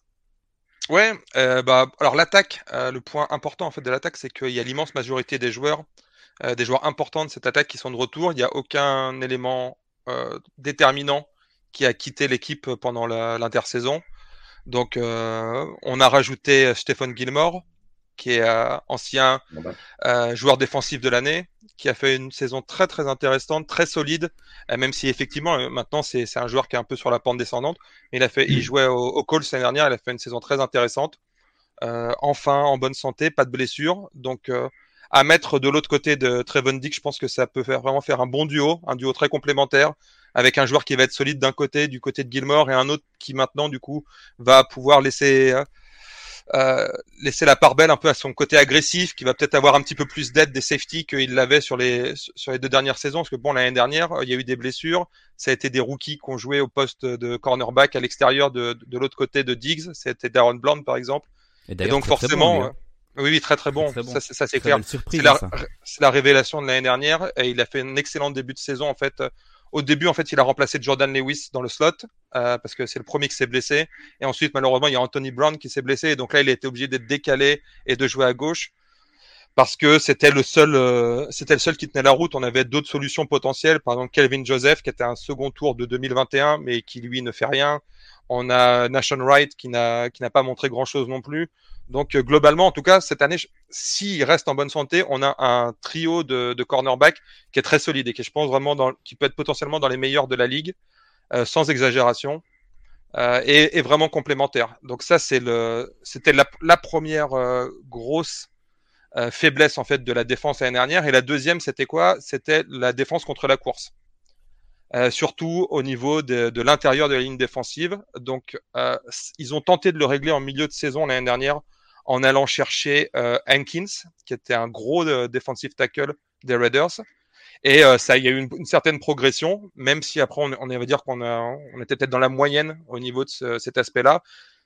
Ouais, euh, bah alors l'attaque, euh, le point important en fait de l'attaque, c'est qu'il y a l'immense majorité des joueurs, euh, des joueurs importants de cette attaque qui sont de retour. Il n'y a aucun élément euh, déterminant qui a quitté l'équipe pendant la- l'intersaison. Donc euh, on a rajouté Stephen Gilmore, qui est euh, ancien Bon, bah, euh, joueur défensif de l'année, qui a fait une saison très très intéressante, très solide, euh, même si effectivement euh, maintenant c'est c'est un joueur qui est un peu sur la pente descendante. Mais il a fait, il jouait au, au Colts l'année dernière, il a fait une saison très intéressante. Euh, enfin, en bonne santé, pas de blessure, donc euh, à mettre de l'autre côté de Trevon Dick, je pense que ça peut faire, vraiment faire un bon duo, un duo très complémentaire, avec un joueur qui va être solide d'un côté, du côté de Gilmore, et un autre qui maintenant du coup va pouvoir laisser euh, euh, laisser la part belle un peu à son côté agressif, qui va peut-être avoir un petit peu plus d'aide des safety qu'il l'avait sur les sur les deux dernières saisons, parce que bon, l'année dernière il y a eu des blessures, ça a été des rookies qui ont joué au poste de cornerback à l'extérieur de, de l'autre côté de Diggs, c'était Darren Bland par exemple, Et et d'ailleurs, donc très, très bon, lui, forcément hein. euh, oui, oui, très très Très, bon, très bon. ça c'est ça c'est Très clair, belle c'est surprise, la ça. c'est la révélation de l'année dernière, et il a fait un excellent début de saison en fait. Au début, en fait, il a remplacé Jordan Lewis dans le slot euh, parce que c'est le premier qui s'est blessé. Et ensuite, malheureusement, il y a Anthony Brown qui s'est blessé. Et donc là, il a été obligé d'être décalé et de jouer à gauche parce que c'était le seul, euh, c'était le seul qui tenait la route. On avait d'autres solutions potentielles, par exemple Kelvin Joseph qui était un second tour de deux mille vingt et un, mais qui lui ne fait rien. On a Nashon Wright qui n'a qui n'a pas montré grand chose non plus. Donc euh, globalement, en tout cas, cette année, s'il reste en bonne santé, on a un trio de, de cornerback qui est très solide et qui, je pense, vraiment dans, qui peut être potentiellement dans les meilleurs de la ligue, euh, sans exagération, euh, et, et vraiment complémentaire. Donc ça, c'est le, c'était la, la première euh, grosse euh, faiblesse en fait de la défense l'année dernière. Et la deuxième, c'était quoi? C'était la défense contre la course. Euh, surtout au niveau de, de l'intérieur de la ligne défensive. Donc, euh, ils ont tenté de le régler en milieu de saison l'année dernière en allant chercher euh, Hankins, qui était un gros euh, defensive tackle des Raiders. Et euh, ça, il y a eu une, une certaine progression, même si après, on, on va dire qu'on a, on était peut-être dans la moyenne au niveau de ce, cet aspect-là.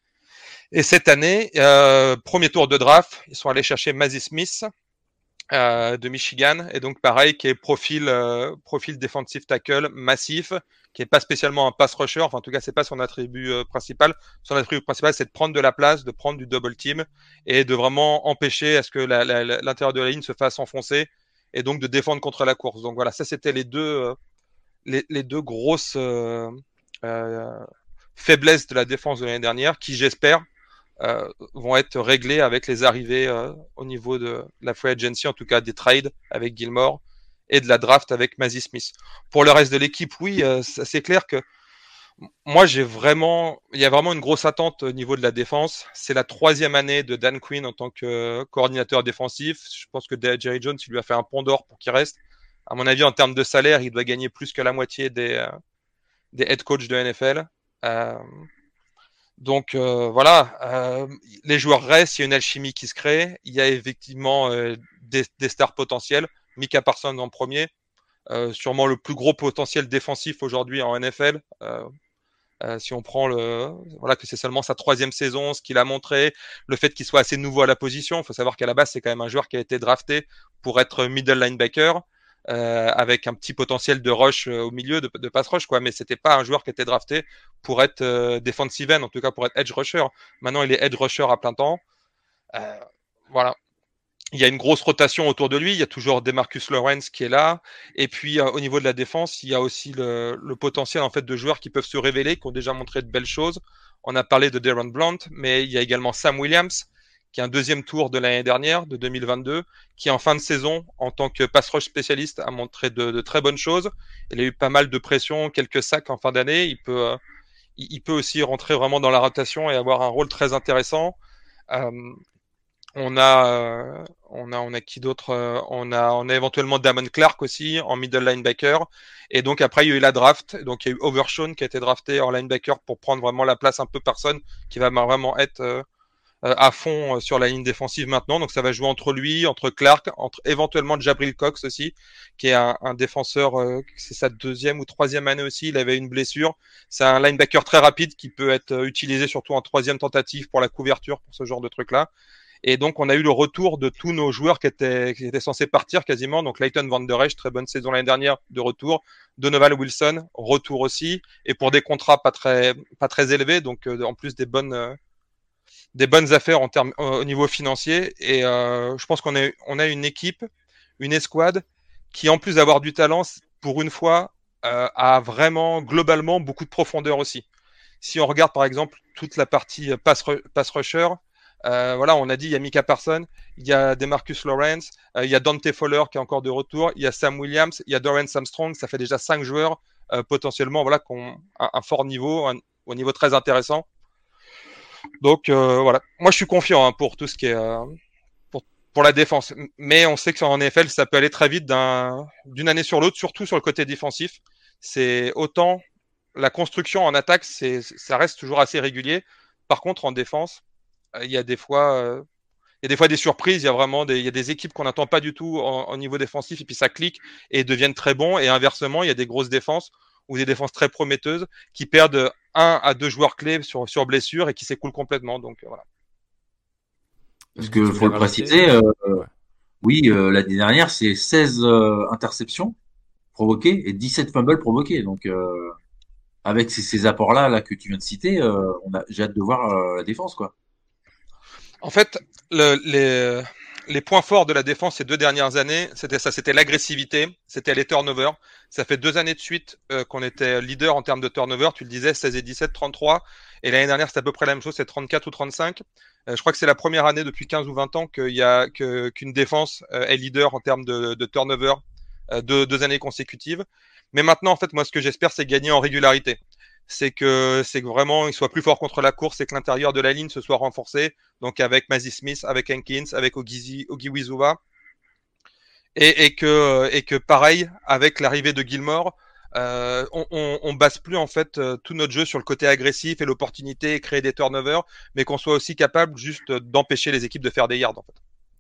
Et cette année, euh, premier tour de draft, ils sont allés chercher Mazi Smith, euh, de Michigan, et donc pareil, qui est profil euh, profil defensive tackle massif, qui est pas spécialement un pass rusher, enfin en tout cas c'est pas son attribut euh, principal. Son attribut principal, c'est de prendre de la place, de prendre du double team et de vraiment empêcher à ce que la, la, la, l'intérieur de la ligne se fasse enfoncer et donc de défendre contre la course. Donc voilà, ça c'était les deux euh, les, les deux grosses euh, euh, faiblesses de la défense de l'année dernière, qui j'espère euh, vont être réglés avec les arrivées euh, au niveau de la free agency, en tout cas des trades avec Gilmore et de la draft avec Mazi Smith. Pour le reste de l'équipe, oui, euh, c'est clair que moi j'ai vraiment, il y a vraiment une grosse attente au niveau de la défense. C'est la troisième année de Dan Quinn en tant que coordinateur défensif. Je pense que Jerry Jones il lui a fait un pont d'or pour qu'il reste. À mon avis, en termes de salaire, il doit gagner plus que la moitié des, euh, des head coachs de N F L. Euh, Donc euh, voilà, euh, les joueurs restent, il y a une alchimie qui se crée, il y a effectivement euh, des, des stars potentielles, Micah Parsons en premier, euh, sûrement le plus gros potentiel défensif aujourd'hui en N F L. Euh, euh, si on prend le, voilà, que c'est seulement sa troisième saison, ce qu'il a montré, le fait qu'il soit assez nouveau à la position. Il faut savoir qu'à la base, c'est quand même un joueur qui a été drafté pour être middle linebacker, euh, avec un petit potentiel de rush euh, au milieu, de, de pass rush, quoi. Mais c'était pas un joueur qui était drafté pour être euh, defensive end, en tout cas pour être edge rusher. Maintenant, il est edge rusher à plein temps. Euh, voilà. Il y a une grosse rotation autour de lui. Il y a toujours Demarcus Lawrence qui est là. Et puis, euh, au niveau de la défense, il y a aussi le, le potentiel en fait de joueurs qui peuvent se révéler, qui ont déjà montré de belles choses. On a parlé de Deron Blount, mais il y a également Sam Williams, qui est un deuxième tour de l'année dernière, de deux mille vingt-deux, qui en fin de saison, en tant que pass rush spécialiste, a montré de, de très bonnes choses. Il a eu pas mal de pression, quelques sacs en fin d'année. Il peut, euh, il, il peut aussi rentrer vraiment dans la rotation et avoir un rôle très intéressant. Euh, On a, euh, on a, on a qui d'autre euh, On a, on a éventuellement Damon Clark aussi en middle linebacker. Et donc après il y a eu la draft. Donc il y a eu Overshawn qui a été drafté en linebacker pour prendre vraiment la place un peu personne, qui va vraiment être euh, à fond sur la ligne défensive maintenant. Donc ça va jouer entre lui, entre Clark, entre éventuellement Jabril Cox aussi, qui est un, un défenseur. Euh, c'est sa deuxième ou troisième année aussi. Il avait une blessure. C'est un linebacker très rapide qui peut être utilisé surtout en troisième tentative pour la couverture, pour ce genre de truc là. Et donc, on a eu le retour de tous nos joueurs qui étaient, qui étaient censés partir quasiment. Donc, Leighton Van Der Esch, très bonne saison l'année dernière, de retour. Donovan Wilson, retour aussi. Et pour des contrats pas très, pas très élevés. Donc, euh, en plus des bonnes, euh, des bonnes affaires en termes, euh, au niveau financier. Et euh, je pense qu'on a, on a une équipe, une escouade, qui en plus d'avoir du talent, pour une fois, euh, a vraiment, globalement, beaucoup de profondeur aussi. Si on regarde, par exemple, toute la partie pass, pass rusher, Euh, voilà, on a dit il y a Micah Parsons, il y a Demarcus Lawrence, euh, il y a Dante Fowler qui est encore de retour, il y a Sam Williams, il y a Dorrance Armstrong. Ça fait déjà cinq joueurs euh, potentiellement, voilà, qui ont un, un fort niveau, un, au niveau très intéressant. Donc euh, voilà, moi je suis confiant hein, pour tout ce qui est euh, pour, pour la défense, mais on sait que en N F L ça peut aller très vite d'un, d'une année sur l'autre, surtout sur le côté défensif. C'est autant la construction en attaque, c'est, ça reste toujours assez régulier. Par contre en défense, il y a des fois, euh, il y a des fois des surprises. Il y a vraiment des, il y a des équipes qu'on n'attend pas du tout en, en niveau défensif et puis ça clique et deviennent très bons. Et inversement, il y a des grosses défenses ou des défenses très prometteuses qui perdent un à deux joueurs clés sur, sur blessure et qui s'écoulent complètement. Donc voilà. Parce que faut le préciser, euh, ouais. oui, euh, l'année dernière, c'est seize euh, interceptions provoquées et dix-sept fumbles provoqués. Donc euh, avec ces, ces apports-là là que tu viens de citer, euh, on a, j'ai hâte de voir euh, la défense, quoi. En fait, le, les, les points forts de la défense ces deux dernières années, c'était ça, c'était l'agressivité, c'était les turnovers. Ça fait deux années de suite euh, qu'on était leader en termes de turnovers. Tu le disais, seize et dix-sept, trente-trois. Et l'année dernière, c'était à peu près la même chose, c'est trente-quatre ou trente-cinq. Euh, je crois que c'est la première année depuis quinze ou vingt ans qu'il y a, que, qu'une défense euh, est leader en termes de, de turnover euh, de deux années consécutives. Mais maintenant, en fait, moi, ce que j'espère, c'est gagner en régularité. C'est que c'est que vraiment il soit plus fort contre la course et que l'intérieur de la ligne se soit renforcé, donc avec Mazi Smith, avec Hankins, avec Ogizi, Ogiwizuwa, et, et que et que pareil avec l'arrivée de Gilmore, euh, on, on, on base plus en fait euh, tout notre jeu sur le côté agressif et l'opportunité et créer des turnovers, mais qu'on soit aussi capable juste d'empêcher les équipes de faire des yards en fait.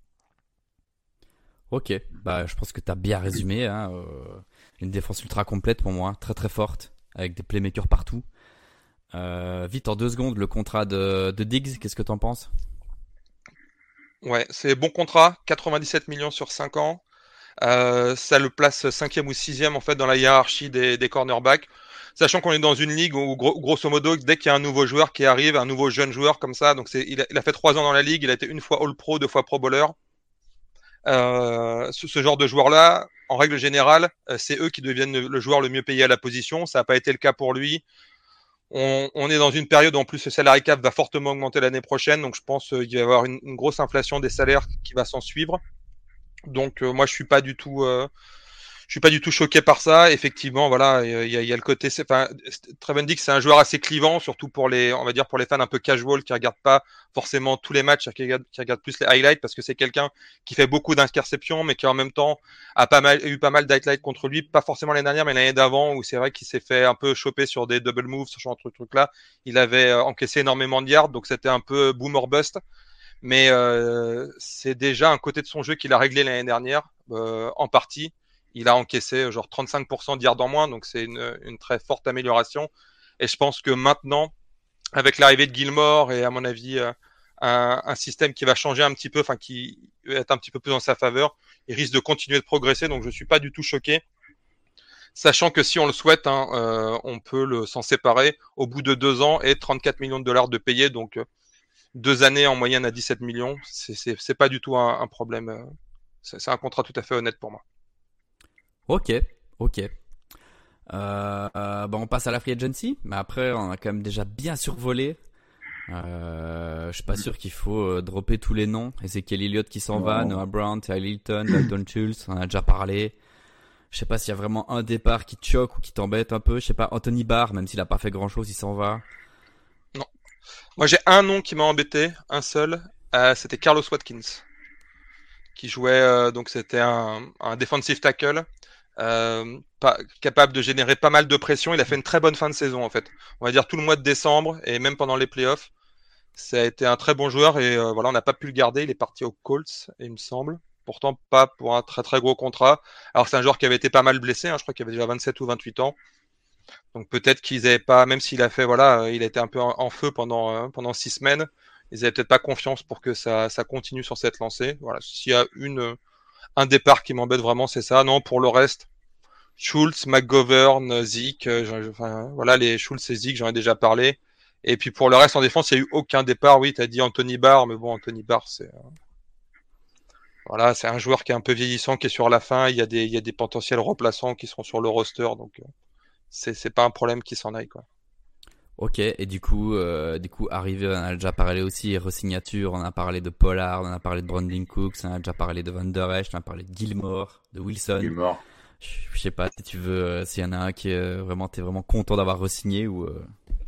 Ok, bah je pense que t'as bien résumé, hein, euh, une défense ultra complète pour moi, très très forte, avec des playmakers partout. Euh, vite, en deux secondes, le contrat de, de Diggs, qu'est-ce que t'en penses ? Ouais, c'est bon contrat, quatre-vingt-dix-sept millions sur cinq ans. Euh, ça le place cinquième ou sixième en fait dans la hiérarchie des, des cornerbacks. Sachant qu'on est dans une ligue où gros, grosso modo, dès qu'il y a un nouveau joueur qui arrive, un nouveau jeune joueur comme ça, donc c'est, il, a, il a fait trois ans dans la ligue, il a été une fois All-Pro, deux fois Pro Bowler. Euh, ce, ce genre de joueur-là, en règle générale, euh, c'est eux qui deviennent le, le joueur le mieux payé à la position. Ça n'a pas été le cas pour lui. On, on est dans une période où en plus le salary cap va fortement augmenter l'année prochaine, donc je pense qu'il euh, va y avoir une, une grosse inflation des salaires qui va s'en suivre. Donc euh, moi je suis pas du tout, euh, suis pas du tout choqué par ça. Effectivement, voilà, il y a, il y a le côté, c'est, enfin, Trevon Diggs, c'est un joueur assez clivant, surtout pour les, on va dire pour les fans un peu casual qui regardent pas forcément tous les matchs, qui regardent, qui regardent plus les highlights, parce que c'est quelqu'un qui fait beaucoup d'interceptions, mais qui en même temps a pas mal, eu pas mal d'highlights contre lui, pas forcément l'année dernière, mais l'année d'avant, où c'est vrai qu'il s'est fait un peu choper sur des double moves, ce genre de trucs là. Il avait encaissé énormément de yards, donc c'était un peu boom or bust. Mais euh, c'est déjà un côté de son jeu qu'il a réglé l'année dernière, euh, en partie. Il a encaissé genre trente-cinq pour cent de yards en moins, donc c'est une, une très forte amélioration. Et je pense que maintenant, avec l'arrivée de Gilmore et à mon avis euh, un, un système qui va changer un petit peu, enfin qui va être un petit peu plus en sa faveur, il risque de continuer de progresser. Donc je suis pas du tout choqué, sachant que si on le souhaite, hein, euh, on peut le s'en séparer au bout de deux ans et trente-quatre millions de dollars de payer. Donc euh, deux années en moyenne à dix-sept millions, c'est, c'est, c'est pas du tout un, un problème. C'est, c'est un contrat tout à fait honnête pour moi. Ok, ok. Euh, euh, bon, on passe à la free agency, mais après, on a quand même déjà bien survolé. Euh, je suis pas sûr qu'il faut euh, dropper tous les noms. Ezekiel Elliott qui s'en Non. va, Noah Brown, Tyler Hilton, Dalton Schultz, on en a déjà parlé. Je sais pas s'il y a vraiment un départ qui te choque ou qui t'embête un peu. Je sais pas, Anthony Barr, même s'il a pas fait grand chose, il s'en va. Moi, j'ai un nom qui m'a embêté, un seul. Euh, c'était Carlos Watkins, qui jouait, euh, donc c'était un, un defensive tackle, euh, pas, capable de générer pas mal de pression. Il a fait une très bonne fin de saison, en fait. On va dire tout le mois de décembre et même pendant les playoffs. Ça a été un très bon joueur et euh, voilà, on n'a pas pu le garder. Il est parti aux Colts, il me semble. Pourtant, pas pour un très très gros contrat. Alors, c'est un joueur qui avait été pas mal blessé. Hein, je crois qu'il avait déjà vingt-sept ou vingt-huit ans. Donc peut-être qu'ils avaient pas, même s'il a fait, voilà, il a été un peu en, en feu pendant euh, pendant six semaines, ils avaient peut-être pas confiance pour que ça ça continue sur cette lancée. Voilà, s'il y a une un départ qui m'embête vraiment, c'est ça. Non, pour le reste, Schultz, McGovern, Zeke, euh, enfin voilà, les Schultz et Zeke, j'en ai déjà parlé. Et puis pour le reste en défense, il y a eu aucun départ. Oui, t'as dit Anthony Barr, mais bon, Anthony Barr, c'est euh, voilà, c'est un joueur qui est un peu vieillissant, qui est sur la fin. Il y a des il y a des potentiels remplaçants qui seront sur le roster, donc. Euh, C'est, c'est pas un problème qui s'en aille, quoi. Ok, et du coup, euh, du coup, arrivé, on a déjà parlé aussi, resignature, on a parlé de Pollard, on a parlé de Brandon Cooks, on a déjà parlé de Van Der Esch, on a parlé de Gilmore, de Wilson. Gilmore. Je, je sais pas si tu veux, euh, s'il y en a un qui est euh, vraiment, t'es vraiment content d'avoir resigné ou. Euh...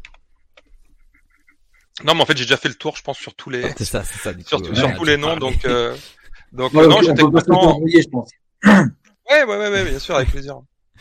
Non, mais en fait, j'ai déjà fait le tour, je pense, sur tous les, C'est ça, c'est ça. Du coup, sur, ouais, sur tu tous les noms, parlais. donc, euh, donc, Ouais, euh, non, ok, j'étais on peut passer le content. calendrier, je pense. Ouais, ouais, ouais, ouais, bien sûr, avec plaisir.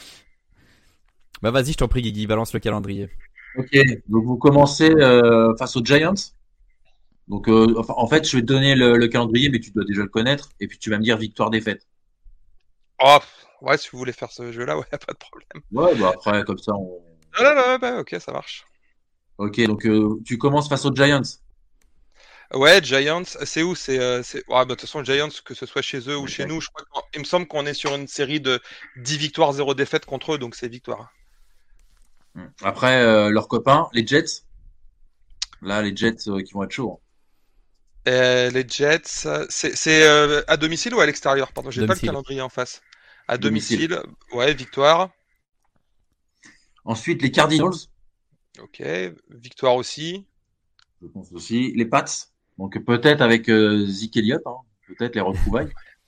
Bah vas-y, je t'en prie, Guigui, balance le calendrier. Ok, donc vous commencez euh, face aux Giants. Donc, euh, enfin, en fait, je vais te donner le, le calendrier, mais tu dois déjà le connaître. Et puis tu vas me dire victoire-défaite. Oh, ouais, si vous voulez faire ce jeu-là, ouais, pas de problème. Ouais, bah après, comme ça, on. Non, non, non, bah, ok, ça marche. Ok, donc euh, tu commences face aux Giants. Ouais, Giants, c'est où? C'est, euh, c'est, ouais, bah, de toute façon, les Giants, que ce soit chez eux ou Ok. chez nous, je crois qu'il me semble qu'on est sur une série de dix victoires, zéro défaite contre eux, donc c'est victoire. Hmm. Après, euh, leurs copains, les Jets. Là, les Jets euh, qui vont être chauds. Euh, les Jets, c'est, c'est euh, à domicile ou à l'extérieur? Pardon, j'ai pas le Domicile. calendrier en face. À Domicile. domicile, ouais, victoire. Ensuite, les Cardinals, Ok, victoire aussi. je pense aussi. Les Pats. Donc peut-être avec euh, Zeke Elliott, hein. Peut-être les retrouvailles.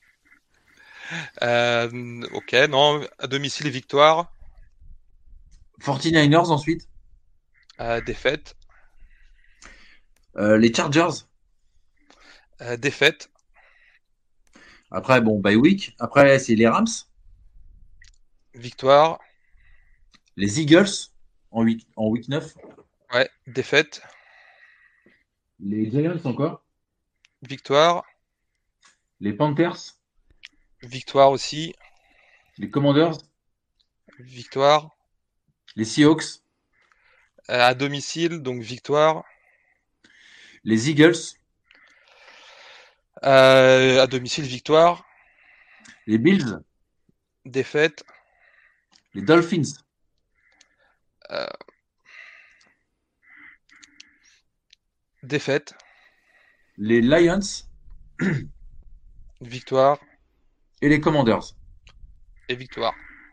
Euh, ok, non, à domicile, victoire. forty-niners ensuite. Euh, défaite. Euh, les Chargers. Euh, défaite. Après, bon, bye week. Après, c'est les Rams. Victoire. Les Eagles en week, en week neuf. Ouais, défaite. Les Giants encore. Victoire. Les Panthers. Victoire aussi. Les Commanders. Victoire. Les Seahawks. Euh, à domicile, donc victoire. Les Eagles. Euh, à domicile, victoire. Les Bills. Défaite. Les Dolphins. Euh, défaite. Les Lions. Victoire. Et les Commanders. Et victoire.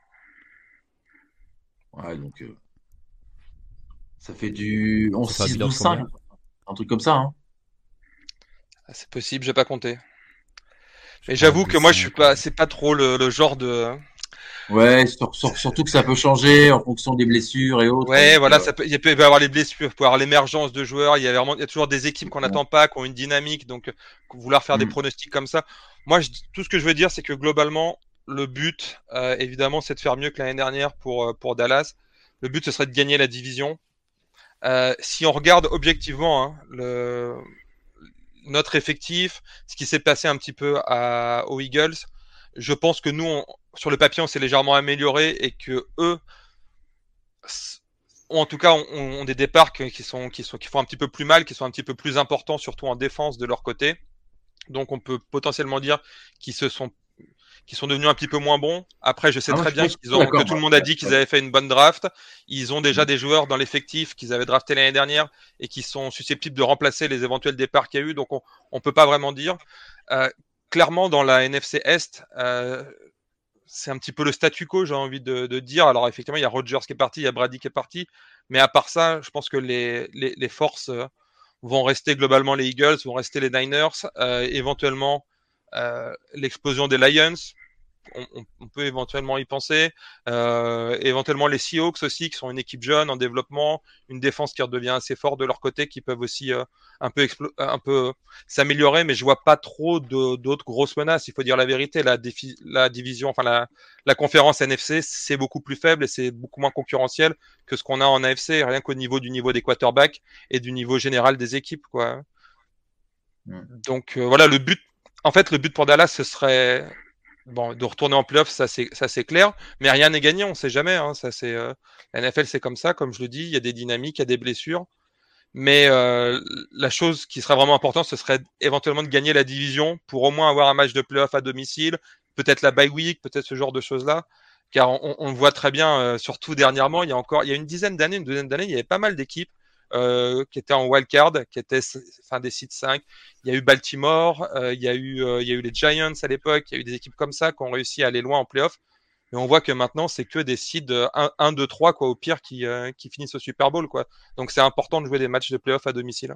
Ouais, donc euh, ça fait du Ça onze fait un six bilan de douze cinq. combien? Un truc comme ça, hein. Ah, c'est possible, j'ai pas compté. Mais Je j'avoue pense que moi, je deux suis cinq, pas, ouais. c'est pas trop le, le genre de, Ouais, sur- sur- surtout que ça peut changer en fonction des blessures et autres. Ouais, donc, voilà, euh, ça peut, il peut y avoir les blessures, il peut y avoir l'émergence de joueurs. Il y a vraiment, il y a toujours des équipes qu'on n'attend pas, qui ont une dynamique. Donc, euh, vouloir faire des mm. pronostics comme ça. Moi, je, tout ce que je veux dire, c'est que globalement, le but, euh, évidemment, c'est de faire mieux que l'année dernière pour, euh, pour Dallas. Le but, ce serait de gagner la division. Euh, si on regarde objectivement hein, le, notre effectif, ce qui s'est passé un petit peu à, aux Eagles, je pense que nous, on, sur le papier, on s'est légèrement amélioré et que eux, ou en tout cas ont, ont des départs qui sont, qui sont qui font un petit peu plus mal, qui sont un petit peu plus importants, surtout en défense de leur côté. Donc on peut potentiellement dire qu'ils se sont qui sont devenus un petit peu moins bons. Après, je sais Ah, moi, très je bien suis qu'ils ont que d'accord, tout le moi. monde a Ouais, dit qu'ils ouais. avaient fait une bonne draft. Ils ont déjà Mm. des joueurs dans l'effectif qu'ils avaient drafté l'année dernière et qui sont susceptibles de remplacer les éventuels départs qu'il y a eu. Donc on on peut pas vraiment dire. Euh, clairement, dans la N F C Est, euh, c'est un petit peu le statu quo, j'ai envie de, de dire. Alors effectivement, il y a Rodgers qui est parti, il y a Brady qui est parti, mais à part ça, je pense que les, les, les forces euh, vont rester globalement les Eagles, vont rester les Niners, euh, éventuellement euh, l'explosion des Lions. On, on, on peut éventuellement y penser. Euh, éventuellement les Seahawks aussi, qui sont une équipe jeune en développement, une défense qui redevient assez forte de leur côté, qui peuvent aussi euh, un peu explo- un peu s'améliorer, mais je vois pas trop de, d'autres grosses menaces. Il faut dire la vérité, la, défi- la division, enfin la, la conférence N F C, c'est beaucoup plus faible et c'est beaucoup moins concurrentiel que ce qu'on a en A F C, rien qu'au niveau du niveau des quarterbacks et du niveau général des équipes, quoi. Mm. Donc euh, voilà, le but, en fait, le but pour Dallas, ce serait bon, de retourner en playoff, ça c'est ça c'est clair, mais rien n'est gagné, on sait jamais. Hein, ça c'est euh, la N F L, c'est comme ça, comme je le dis, il y a des dynamiques, il y a des blessures, mais euh, la chose qui serait vraiment importante, ce serait éventuellement de gagner la division pour au moins avoir un match de playoff à domicile, peut-être la bye week, peut-être ce genre de choses là, car on, on le voit très bien, euh, surtout dernièrement, il y a encore, il y a une dizaine d'années, une douzaine d'années, il y avait pas mal d'équipes. Euh, qui étaient en wildcard, qui étaient fin des sites cinq. Il y a eu Baltimore, euh, il y a eu, euh, il y a eu les Giants à l'époque, il y a eu des équipes comme ça qui ont réussi à aller loin en playoff. Et on voit que maintenant, c'est que des seeds un, deux, trois, quoi, au pire, qui, euh, qui finissent au Super Bowl, quoi. Donc c'est important de jouer des matchs de playoff à domicile.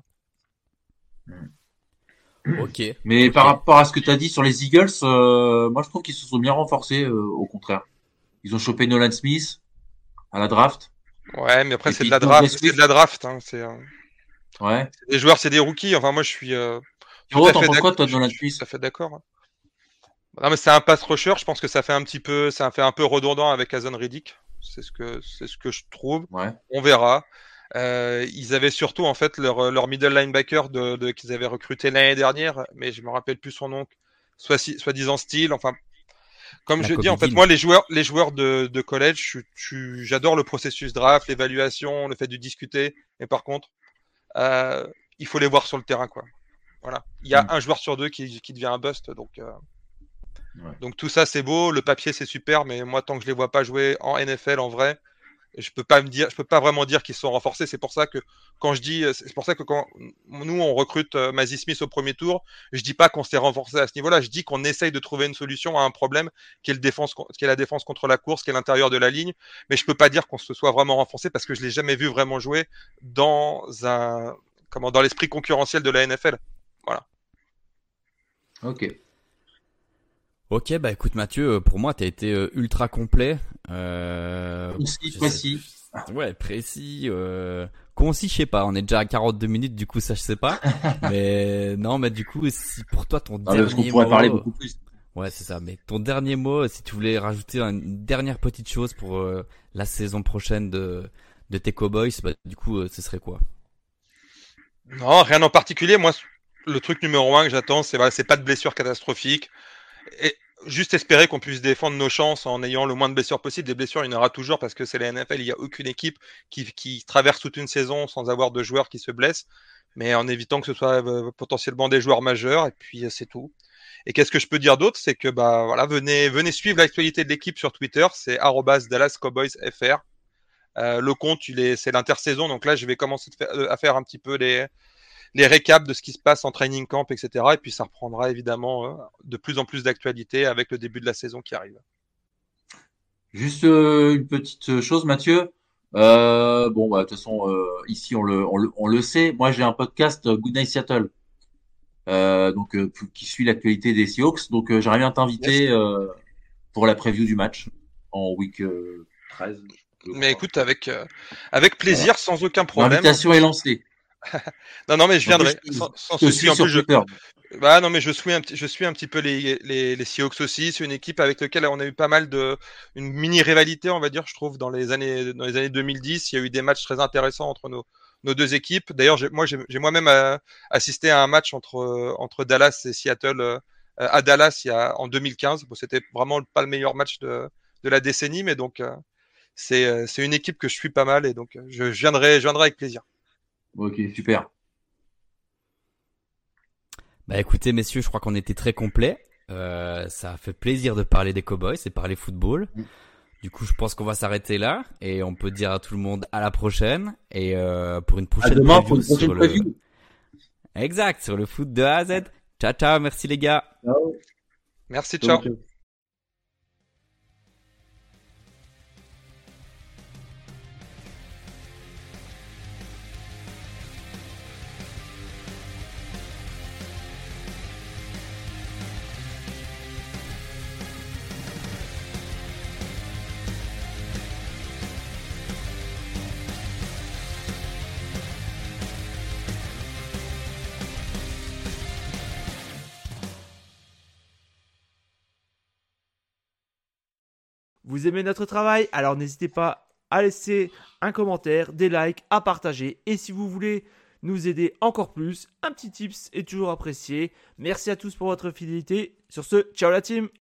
Ok, Mais ok. par rapport à ce que tu as dit sur les Eagles, euh, moi je trouve qu'ils se sont bien renforcés, euh, au contraire. Ils ont chopé Nolan Smith à la draft. Ouais, mais après, Et c'est de puis la DeAndre draft, c'est de Swift. la draft, hein. C'est, euh, Ouais. c'est des joueurs, c'est des rookies. Enfin, moi, je suis euh, tout Pierrot, à t'en fait penses quoi d'accord. toi de Je, Nolan je suis tout Smith? à fait d'accord. Hein. Non, mais c'est un pass rusher. Je pense que ça fait un petit peu, ça fait un peu redondant avec Hazen Reddick. C'est ce que, c'est ce que je trouve. Ouais. On verra. Euh, ils avaient surtout en fait leur, leur middle linebacker de, de qu'ils avaient recruté l'année dernière, mais je me rappelle plus son nom. Soit si, soi-disant Steele. Enfin, comme La je dis, en fait, Dean. moi, les joueurs, les joueurs de, de college, je, je, j'adore le processus draft, l'évaluation, le fait de discuter. Mais par contre, euh, il faut les voir sur le terrain, quoi. Voilà. Il y a Mm. un joueur sur deux qui, qui devient un bust, donc. Euh, Ouais. donc tout ça c'est beau, le papier c'est super, mais moi tant que je les vois pas jouer en N F L en vrai, je peux pas me dire, je peux pas vraiment dire qu'ils sont renforcés. C'est pour ça que quand je dis, c'est pour ça que quand nous on recrute euh, Mazzy Smith au premier tour, je dis pas qu'on s'est renforcé à ce niveau-là. Je dis qu'on essaye de trouver une solution à un problème qui est le défense, qui est la défense contre la course, qui est l'intérieur de la ligne. Mais je peux pas dire qu'on se soit vraiment renforcé parce que je l'ai jamais vu vraiment jouer dans un, comment, dans l'esprit concurrentiel de la N F L. Voilà. Ok. Ok, bah écoute Mathieu, euh, pour moi t'as été euh, ultra complet. Euh, Concis, je sais- précis. Ouais, précis. Euh, concis, je sais pas. On est déjà à quarante-deux minutes, du coup ça je sais pas. Mais non, mais du coup, si pour toi ton Non, mais parce qu'on dernier pourrait mot, parler beaucoup plus. ouais c'est ça. Mais ton dernier mot, si tu voulais rajouter une dernière petite chose pour euh, la saison prochaine de de tes Cowboys, bah du coup euh, ce serait quoi? Non, rien en particulier. Moi, le truc numéro un que j'attends, c'est voilà, c'est pas de blessures catastrophiques. Et juste espérer qu'on puisse défendre nos chances en ayant le moins de blessures possible. Des blessures, il y en aura toujours parce que c'est la N F L. Il n'y a aucune équipe qui, qui traverse toute une saison sans avoir de joueurs qui se blessent, mais en évitant que ce soit euh, potentiellement des joueurs majeurs. Et puis euh, c'est tout. Et qu'est-ce que je peux dire d'autre, c'est que bah voilà, venez venez suivre l'actualité de l'équipe sur Twitter. C'est arobase Dallas Cowboys F R. Euh, le compte, il est, c'est l'intersaison, donc là, je vais commencer de faire, à faire un petit peu les, les récaps de ce qui se passe en training camp, et cetera. Et puis ça reprendra évidemment euh, de plus en plus d'actualité avec le début de la saison qui arrive. Juste euh, une petite chose, Mathieu. Euh, bon, bah, de toute façon, euh, ici on le, on le, on le sait. Moi, j'ai un podcast euh, Good Night Seattle, euh, donc euh, qui suit l'actualité des Seahawks. Donc, euh, j'aimerais bien Yes. t'inviter euh, pour la preview du match. en week euh, treize. Mais écoute, avec, euh, avec plaisir, voilà. Sans aucun problème. L'invitation est lancée. non, non, mais je viendrai. Je, sans, sans je souci. suis En sur plus, je... Twitter. Bah non, mais je suis un petit, je suis un petit peu les, les, les Seahawks aussi. C'est une équipe avec laquelle on a eu pas mal de, une mini rivalité, on va dire, je trouve, dans les années, dans les années deux mille dix. Il y a eu des matchs très intéressants entre nos, nos deux équipes. D'ailleurs, j'ai, moi, j'ai, j'ai moi-même euh, assisté à un match entre, euh, entre Dallas et Seattle euh, à Dallas il y a, en deux mille quinze. Bon, c'était vraiment pas le meilleur match de, de la décennie, mais donc, euh, c'est, euh, c'est une équipe que je suis pas mal et donc, je, je viendrai, je viendrai avec plaisir. Ok, super. Bah écoutez messieurs, je crois qu'on était très complets. Euh, ça a fait plaisir de parler des Cowboys et parler football. Mm. Du coup, je pense qu'on va s'arrêter là et on peut dire à tout le monde à la prochaine et euh, pour une prochaine à demain preview pour une prochaine sur preview. Le... Exact, sur le foot de A à Z. Ciao ciao, merci les gars. Ciao. Merci, ciao. ciao. Vous aimez notre travail? Alors n'hésitez pas à laisser un commentaire, des likes, à partager. Et si vous voulez nous aider encore plus, un petit tips est toujours apprécié. Merci à tous pour votre fidélité. Sur ce, ciao la team!